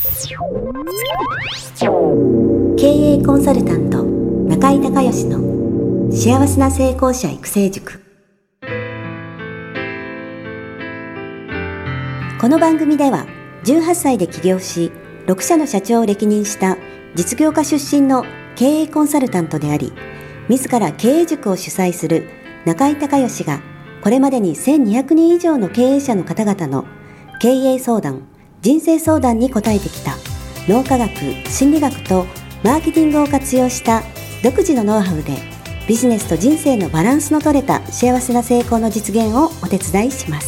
経営コンサルタント中井孝義の幸せな成功者育成塾。この番組では18歳で起業し6社の社長を歴任した実業家出身の経営コンサルタントであり、自ら経営塾を主催する中井孝義がこれまでに1200人以上の経営者の方々の経営相談、人生相談に応えてきた脳科学、心理学とマーケティングを活用した独自のノウハウでビジネスと人生のバランスの取れた幸せな成功の実現をお手伝いします。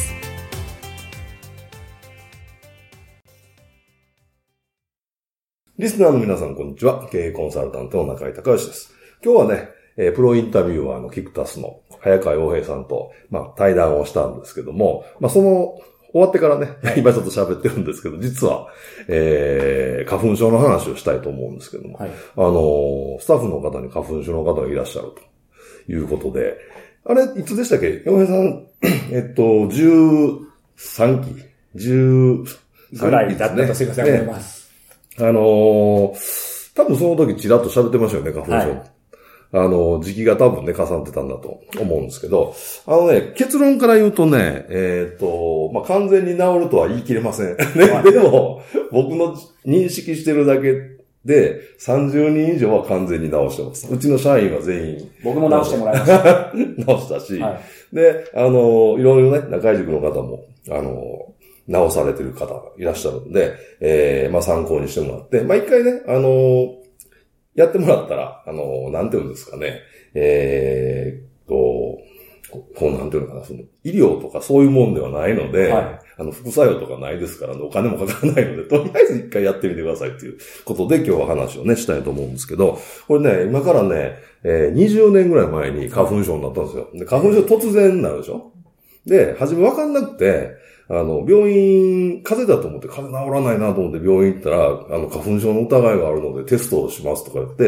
リスナーの皆さん、こんにちは。経営コンサルタントの中井孝義です。今日はね、プロインタビュアーのキクタスの早川洋平さんと、対談をしたんですけども、その、終わってからね、今ちょっと喋ってるんですけど、実は、花粉症の話をしたいと思うんですけども、スタッフの方に花粉症の方がいらっしゃるということで、あれ、いつでしたっけ？洋平さん、13期、13期ぐらいだったとすいません、思います。 多分その時ちらっと喋ってましたよね、花粉症。時期が多分ね、重なってたんだと思うんですけど、結論から言うとね、完全に治るとは言い切れません。ね、でも、僕の認識してるだけで、30人以上は完全に治してます。うちの社員は全員。 僕も治してもらいました。 治したし、で、いろいろね、中井塾の方も、治されてる方がいらっしゃるんで、参考にしてもらって、一回ね、やってもらったら、なんていうんですかね、なんていうのかな、医療とかそういうもんではないので、副作用とかないですから、お金もかからないので、とりあえず一回やってみてくださいっていうことで今日は話をね、したいと思うんですけど、これね、今からね、20年ぐらい前に花粉症になったんですよ。で、花粉症突然になるでしょ？で、初めわかんなくて、病院、風邪だと思って風邪治らないなと思って病院行ったら、花粉症の疑いがあるのでテストをしますとか言って、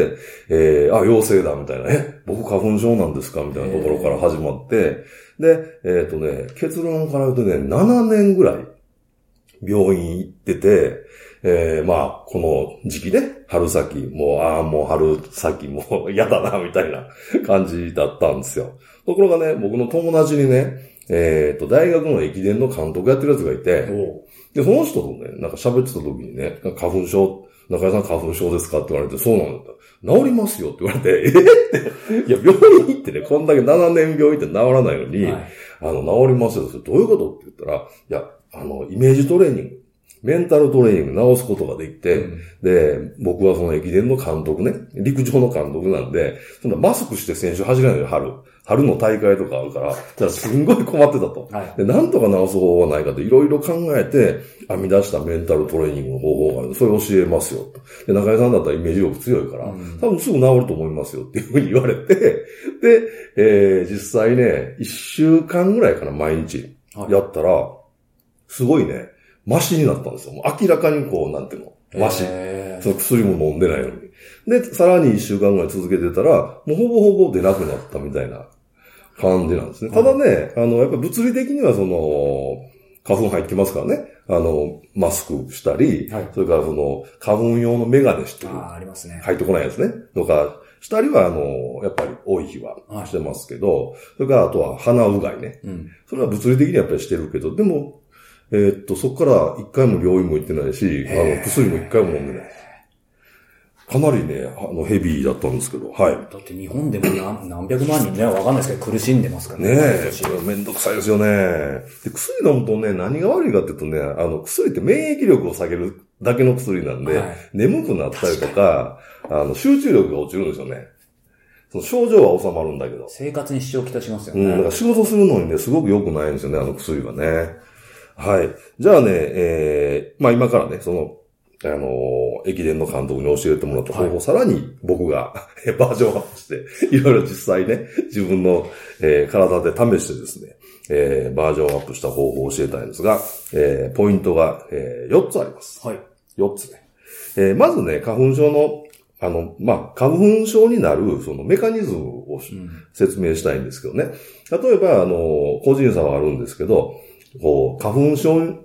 陽性だみたいな、僕花粉症なんですかみたいなところから始まって、で、結論から言うとね、7年ぐらい病院行ってて、この時期ね、春先、もう春先もう嫌だなみたいな感じだったんですよ。ところがね、僕の友達にね、大学の駅伝の監督やってるやつがいて、で、その人とね、なんか喋ってた時にね、花粉症、中井さん花粉症ですかって言われて、そうなんだ。治りますよって言われて、って、いや、病院行ってね、こんだけ7年病院って治らないのに、治りますよってどういうことって言ったら、いや、イメージトレーニング、メンタルトレーニング治すことができて、で、僕はその駅伝の監督ね、陸上の監督なんで、そんなマスクして選手走らないで春の大会とかあるから、だからすんごい困ってたと。で、なんとか治す方法はないかといろいろ考えて編み出したメンタルトレーニングの方法がある。それを教えますよと。で、中井さんだったらイメージ力強いから、多分すぐ治ると思いますよっていうふうに言われて、で、実際ね、1週間ぐらいかな、毎日やったら、すごいね、マシになったんですよ。もう明らかになんていうの、マシ。その薬も飲んでないのに。で、さらに1週間ぐらい続けてたら、もうほぼほぼ出なくなったみたいな感じなんですね。ただね、やっぱ物理的には花粉入ってますからね。マスクしたり、それから花粉用のメガネしてる。 ありますね。 入ってこないやつね。とか、したりはやっぱり多い日はしてますけど、それからあとは鼻うがいね。それは物理的にやっぱりしてるけど、でも、そこから一回も病院も行ってないし、薬も一回も飲んでない。かなりね、ヘビーだったんですけど、はい。 だって日本でも何百万人ね、わかんないですけど苦しんでますからね。 ねえ、それめんどくさいですよね。で、薬飲むとね、何が悪いかっていうとね、薬って免疫力を下げるだけの薬なんで、眠くなったりとか、集中力が落ちるんですよね。その症状は収まるんだけど。 生活に支障をきたしますよね。 だから仕事するのにね、すごく良くないんですよね、薬はね。はい。じゃあね、今からね、駅伝の監督に教えてもらった方法、さらに僕がバージョンアップして、いろいろ実際ね、自分の、体で試してですね、バージョンアップした方法を教えたいんですが、ポイントが、4つあります。 はい。 4つね。まずね、花粉症の、花粉症になる、そのメカニズムを説明したいんですけどね。例えば、個人差はあるんですけど、花粉症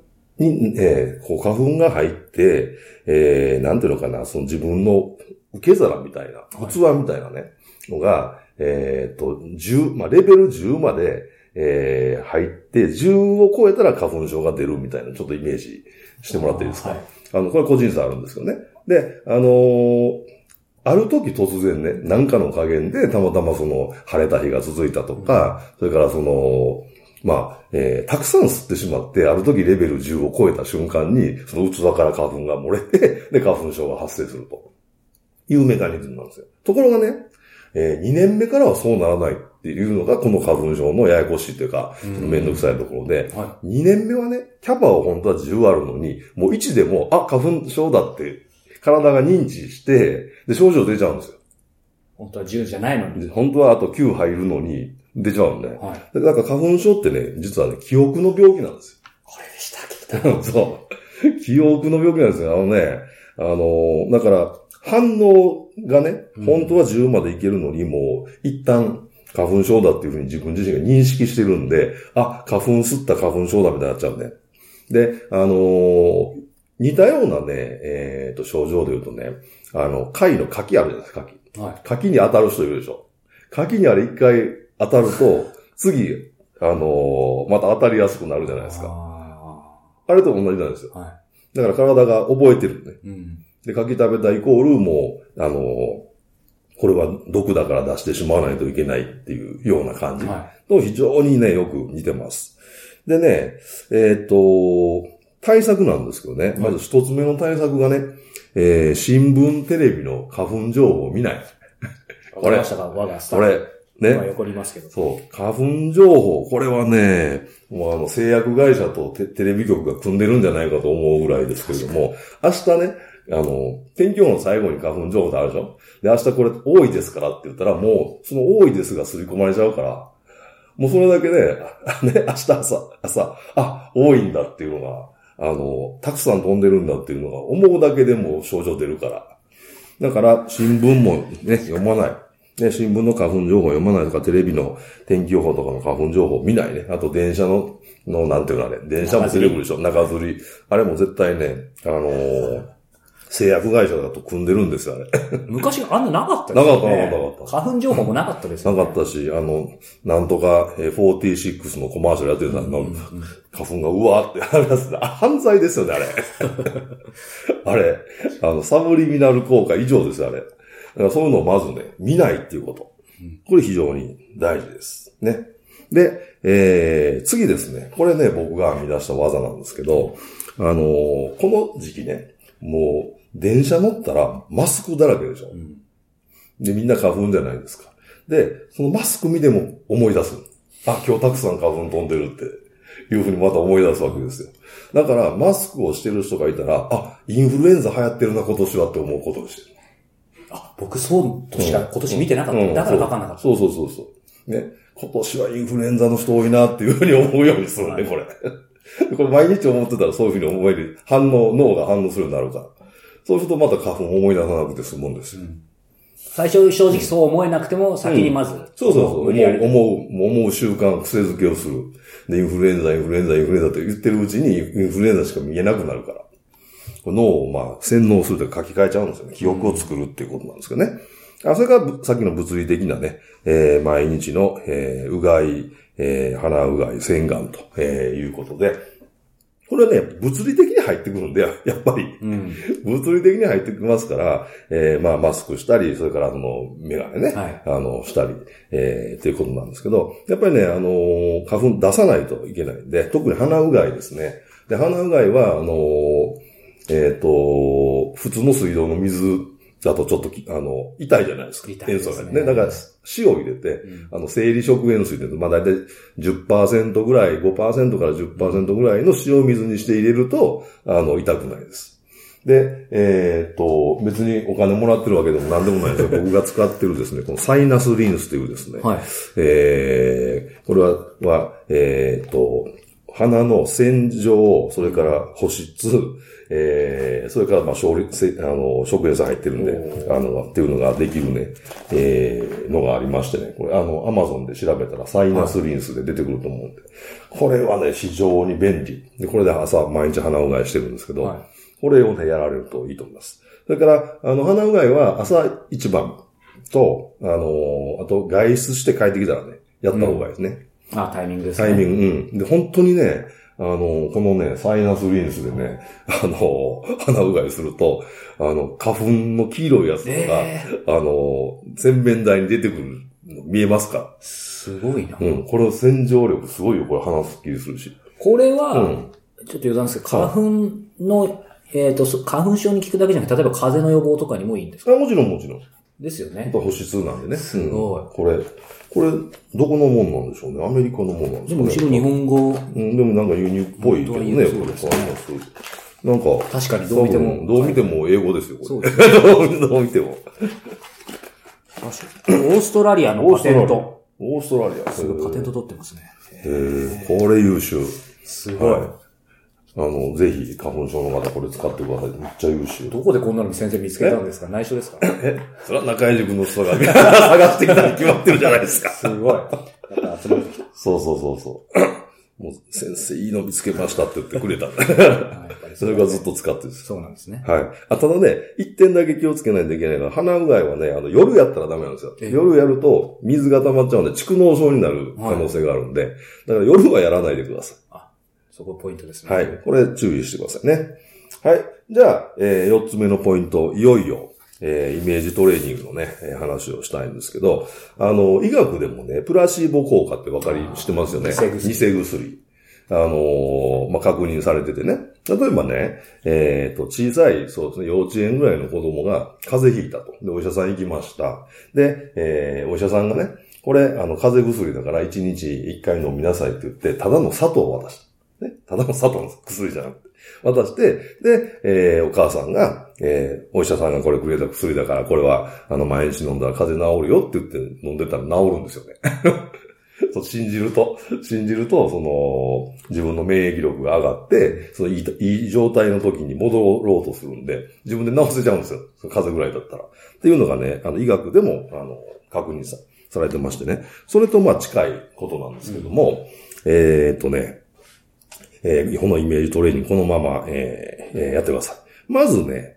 に、こう花粉が入って、なんていうのかな、その自分の受け皿みたいな、器みたいなね、のが、10、まあ、レベル10まで、入って、10を超えたら花粉症が出るみたいな、ちょっとイメージしてもらっていいですか？はい、これ個人差あるんですけどね。で、ある時突然ね、何かの加減でたまたまその晴れた日が続いたとか、それからその、まあ、たくさん吸ってしまって、ある時レベル10を超えた瞬間に、その器から花粉が漏れて、で、花粉症が発生するというメカニズムなんですよ。ところがね、2年目からはそうならないっていうのが、この花粉症のややこしいというか、めんどくさいところで、2年目はね、キャパは本当は10あるのに、もう1でも、あ、花粉症だって、体が認知して、で、症状出ちゃうんですよ。 本当は10じゃないのに。 本当はあと9入るのに、出ちゃうんで。 はい。 だから花粉症ってね、実はね、記憶の病気なんですよ。 これでした、聞いた。 そう。記憶の病気なんですよ。だから、反応がね、本当は10までいけるのに、もう、一旦、花粉症だっていうふうに自分自身が認識してるんで、あ、花粉吸った花粉症だみたいになっちゃうんで。で、似たようなね、症状で言うとね、貝の柿あるじゃないですか、柿。はい。柿に当たる人いるでしょ。柿にあれ一回当たると、次、また当たりやすくなるじゃないですか。あれと同じなんですよ。はい。だから体が覚えてるね。うん。で、柿食べたイコールもう、これは毒だから出してしまわないといけないっていうような感じと非常にね、よく似てます。でね、対策なんですけどね、まず一つ目の対策がね、新聞、テレビの花粉情報を見ない。 わかりましたか？我がスタッフ。 これ、ね。 今横にいますけど。 そう。花粉情報、これはね、もう製薬会社とテレビ局が組んでるんじゃないかと思うぐらいですけれども、明日ね、天気予報の最後に花粉情報ってあるでしょ？で、明日これ多いですからって言ったら、もう、その多いですが刷り込まれちゃうから、もうそれだけで、ね、明日朝、あ、多いんだっていうのが、たくさん飛んでるんだっていうのが思うだけでも症状出るから。だから、新聞もね、読まない。ね、新聞の花粉情報を読まないとか、テレビの天気予報とかの花粉情報を見ないね。あと、電車のなんていうのあれ、電車も出てくるでしょ。中吊り。あれも絶対ね、製薬会社だと組んでるんですよ、あれ。 昔あんななかったですよね。 なかった。 花粉情報もなかったですよね。なかったし、なんとか、46のコマーシャルやってた花粉がうわーってありますね。犯罪ですよね、あれ。あれ、サブリミナル効果以上ですよ、あれ。だからそういうのをまずね、見ないっていうこと。これ非常に大事です。ね。で、次ですね。これね、僕が編み出した技なんですけど、この時期ね、もう、電車乗ったらマスクだらけでしょ。で、みんな花粉じゃないですか。で、そのマスク見ても思い出す。あ、今日たくさん花粉飛んでるっていうふうにまた思い出すわけですよ。だから、マスクをしてる人がいたら、あ、インフルエンザ流行ってるな、今年はって思うことをしてる。 あ、僕そうとしか今年見てなかった。だから分かんなかった。 そう。ね。今年はインフルエンザの人多いなっていうふうに思うようにするね、これ。これ毎日思ってたらそういうふうに思える、脳が反応するようになるから。そうするとまた花粉を思い出さなくて済むんですよ。 最初正直そう思えなくても先にまず。 そう。思う習慣、癖づけをする。で、インフルエンザと言ってるうちにインフルエンザしか見えなくなるから。脳を洗脳するというか書き換えちゃうんですよね。記憶を作るっていうことなんですけどね。それからさっきの物理的なね、毎日の、うがい、鼻うがい、洗顔と、いうことで、これはね、物理的に入ってくるんで、やっぱり。物理的に入ってきますから、マスクしたり、それからメガネね、したり、っていうことなんですけど、やっぱりね、花粉出さないといけないんで、特に鼻うがいですね。で、鼻うがいは、普通の水道の水だとちょっと、痛いじゃないですか。 痛いですね。 だから、塩を入れて、生理食塩水で、だいたい 10% ぐらい、5% から 10% ぐらいの塩水にして入れると、痛くないです。で、別にお金もらってるわけでも何でもないんですよ。僕が使ってるですね、このサイナスリンスというですね、これは、 鼻の洗浄、それから保湿、それから食塩水入ってるんで、っていうのができるね、のがありましてね、これAmazon で調べたらサイナスリンスで出てくると思うんで、これはね、非常に便利。で、これで朝毎日鼻うがいしてるんですけど、これをね、やられるといいと思います。それから、鼻うがいは朝一番と、あと外出して帰ってきたらね、やった方がいいですね。 タイミングですね。 タイミング、で、本当にね、このね、サイナスリンスでね、鼻うがいすると、花粉の黄色いやつとか、洗面台に出てくるの見えますか？ すごいな。 これ洗浄力すごいよ、これ鼻すっきりするし。 これは、ちょっと余談ですけど、花粉の、花粉症に効くだけじゃなくて、例えば風邪の予防とかにもいいんですか？ もちろん。 ですよね。 保湿なんでね。 すごい。 これ、どこのもんなんでしょうね。アメリカのもんなんですかね。 でも後ろ日本語。 でもなんか輸入っぽいけどね、これ。なんか。 確かにどう見ても。 どう見ても英語ですよ、これ。 そうですね。 どう見ても。 オーストラリアのパテント。 オーストラリア。 すごいパテント取ってますね。 これ優秀。 すごい。 ぜひ、花粉症の方これ使ってください。めっちゃ優秀。 どこでこんなの先生見つけたんですか？内緒ですか？ それは中井塾の人が探してきたに決まってるじゃないですか。 すごい。やっぱ集まってきた。 そう。もう先生いいの見つけましたって言ってくれたんで。それがずっと使ってるんです。 そうなんですね。 はい。ただね、一点だけ気をつけないといけないのは、鼻うがいはね、夜やったらダメなんですよ。夜やると水が溜まっちゃうんで、蓄膿症になる可能性があるんで、だから夜はやらないでください。 そこポイントですね。 はい。これ注意してくださいね。はい。じゃあ、4つ目のポイント、いよいよ、イメージトレーニングのね、話をしたいんですけど、医学でもね、プラシーボ効果って知ってますよね。偽薬。確認されててね。例えばね、小さい、そうですね、幼稚園ぐらいの子供が風邪ひいたと。で、お医者さん行きました。で、お医者さんがね、これ、風邪薬だから1日1回飲みなさいって言って、ただの砂糖を渡した。ね。ただの砂糖の薬じゃなくて。渡して、で、お母さんが、お医者さんがこれくれた薬だから、これは、毎日飲んだら風邪治るよって言って飲んでたら治るんですよね。そう信じると、自分の免疫力が上がって、いい状態の時に戻ろうとするんで、自分で治せちゃうんですよ。風邪ぐらいだったら。っていうのがね、医学でも、確認されてましてね。それと近いことなんですけども、このイメージトレーニングこのまま、やってください。まずね、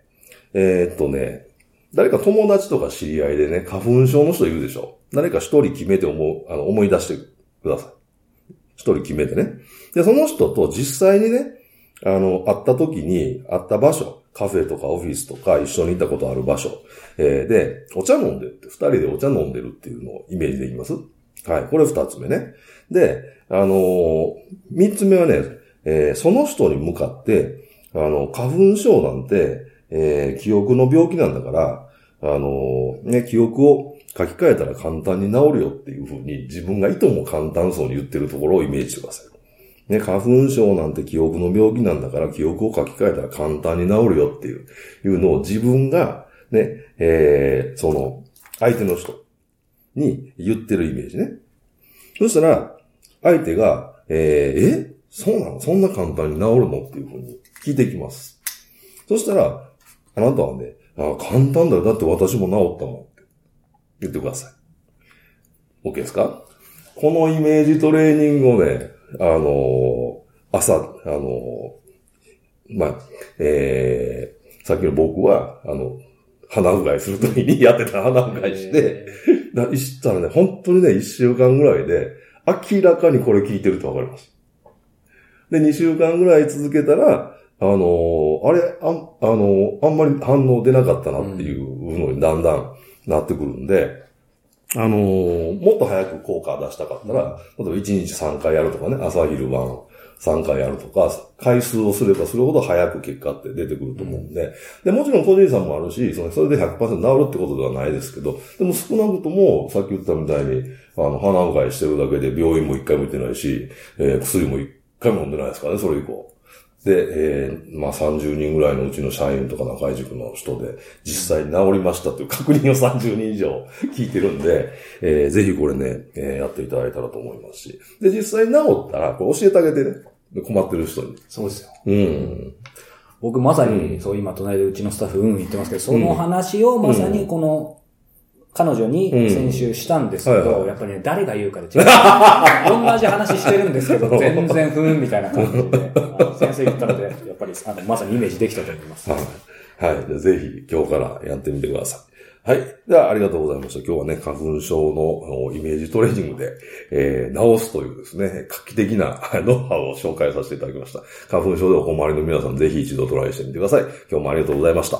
誰か友達とか知り合いでね、花粉症の人いるでしょ。誰か一人決めて思い出してください。一人決めてね。で、その人と実際にね、会った時に、会った場所、カフェとかオフィスとか一緒に行ったことある場所、で、お茶飲んでるって、二人でお茶飲んでるっていうのをイメージできます？はい。これ二つ目ね。で、三つ目はね、その人に向かって、花粉症なんて、記憶の病気なんだから、記憶を書き換えたら簡単に治るよっていうふうに自分がいとも簡単そうに言ってるところをイメージしてください。ね、花粉症なんて記憶の病気なんだから記憶を書き換えたら簡単に治るよっていうのを自分がね、相手の人に言ってるイメージね。そしたら、相手が、そうなの？そんな簡単に治るの？っていうふうに聞いていきます。そしたら、あなたはね、簡単だよ。だって私も治ったもんって言ってください。OK ですか？このイメージトレーニングをね、朝、さっきの僕は、鼻うがいするときにやってた鼻うがいして、したらね、本当にね、1週間ぐらいで、明らかにこれ聞いてるとわかります。で、2週間ぐらい続けたら、あんまり反応出なかったなっていうのにだんだんなってくるんで、もっと早く効果出したかったら、例えば1日3回やるとかね、朝昼晩3回やるとか、回数をすればするほど早く結果って出てくると思うんで、で、もちろん個人差もあるし、それで 100% 治るってことではないですけど、でも少なくとも、さっき言ったみたいに、鼻うがいしてるだけで病院も1回も行ってないし、薬も1回も飲んでないですからね、それ以降。で、30人ぐらいのうちの社員とか中井塾の人で実際に治りましたという確認を30人以上聞いてるんで、ぜひこれね、やっていただいたらと思いますし。で、実際に治ったら、これ教えてあげてね。 困ってる人に。 そうですよ。 うん。 僕まさに、そう今隣でうちのスタッフ言ってますけど、その話をまさにこの、彼女に先週したんですけど、やっぱりね、誰が言うかで違う。同じ話してるんですけど、全然みたいな感じで、先生言ったので、やっぱりまさにイメージできたと思います。 はい。はい。ぜひ今日からやってみてください。はい。では、ありがとうございました。今日はね、花粉症のイメージトレーニングで、治すというですね、画期的なノウハウを紹介させていただきました。花粉症でお困りの皆さん、ぜひ一度トライしてみてください。今日もありがとうございました。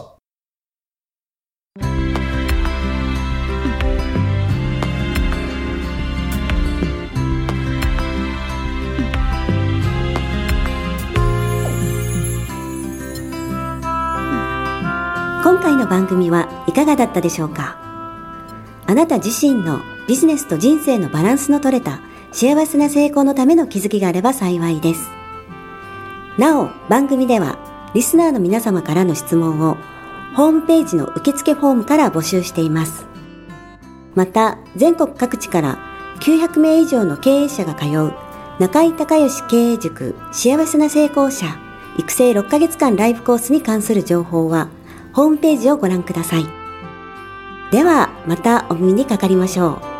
今回の番組はいかがだったでしょうか。あなた自身のビジネスと人生のバランスの取れた幸せな成功のための気づきがあれば幸いです。なお、番組ではリスナーの皆様からの質問をホームページの受付フォームから募集しています。また、全国各地から900名以上の経営者が通う中井隆義経営塾幸せな成功者育成6ヶ月間ライブコースに関する情報はホームページをご覧ください。ではまたお耳にかかりましょう。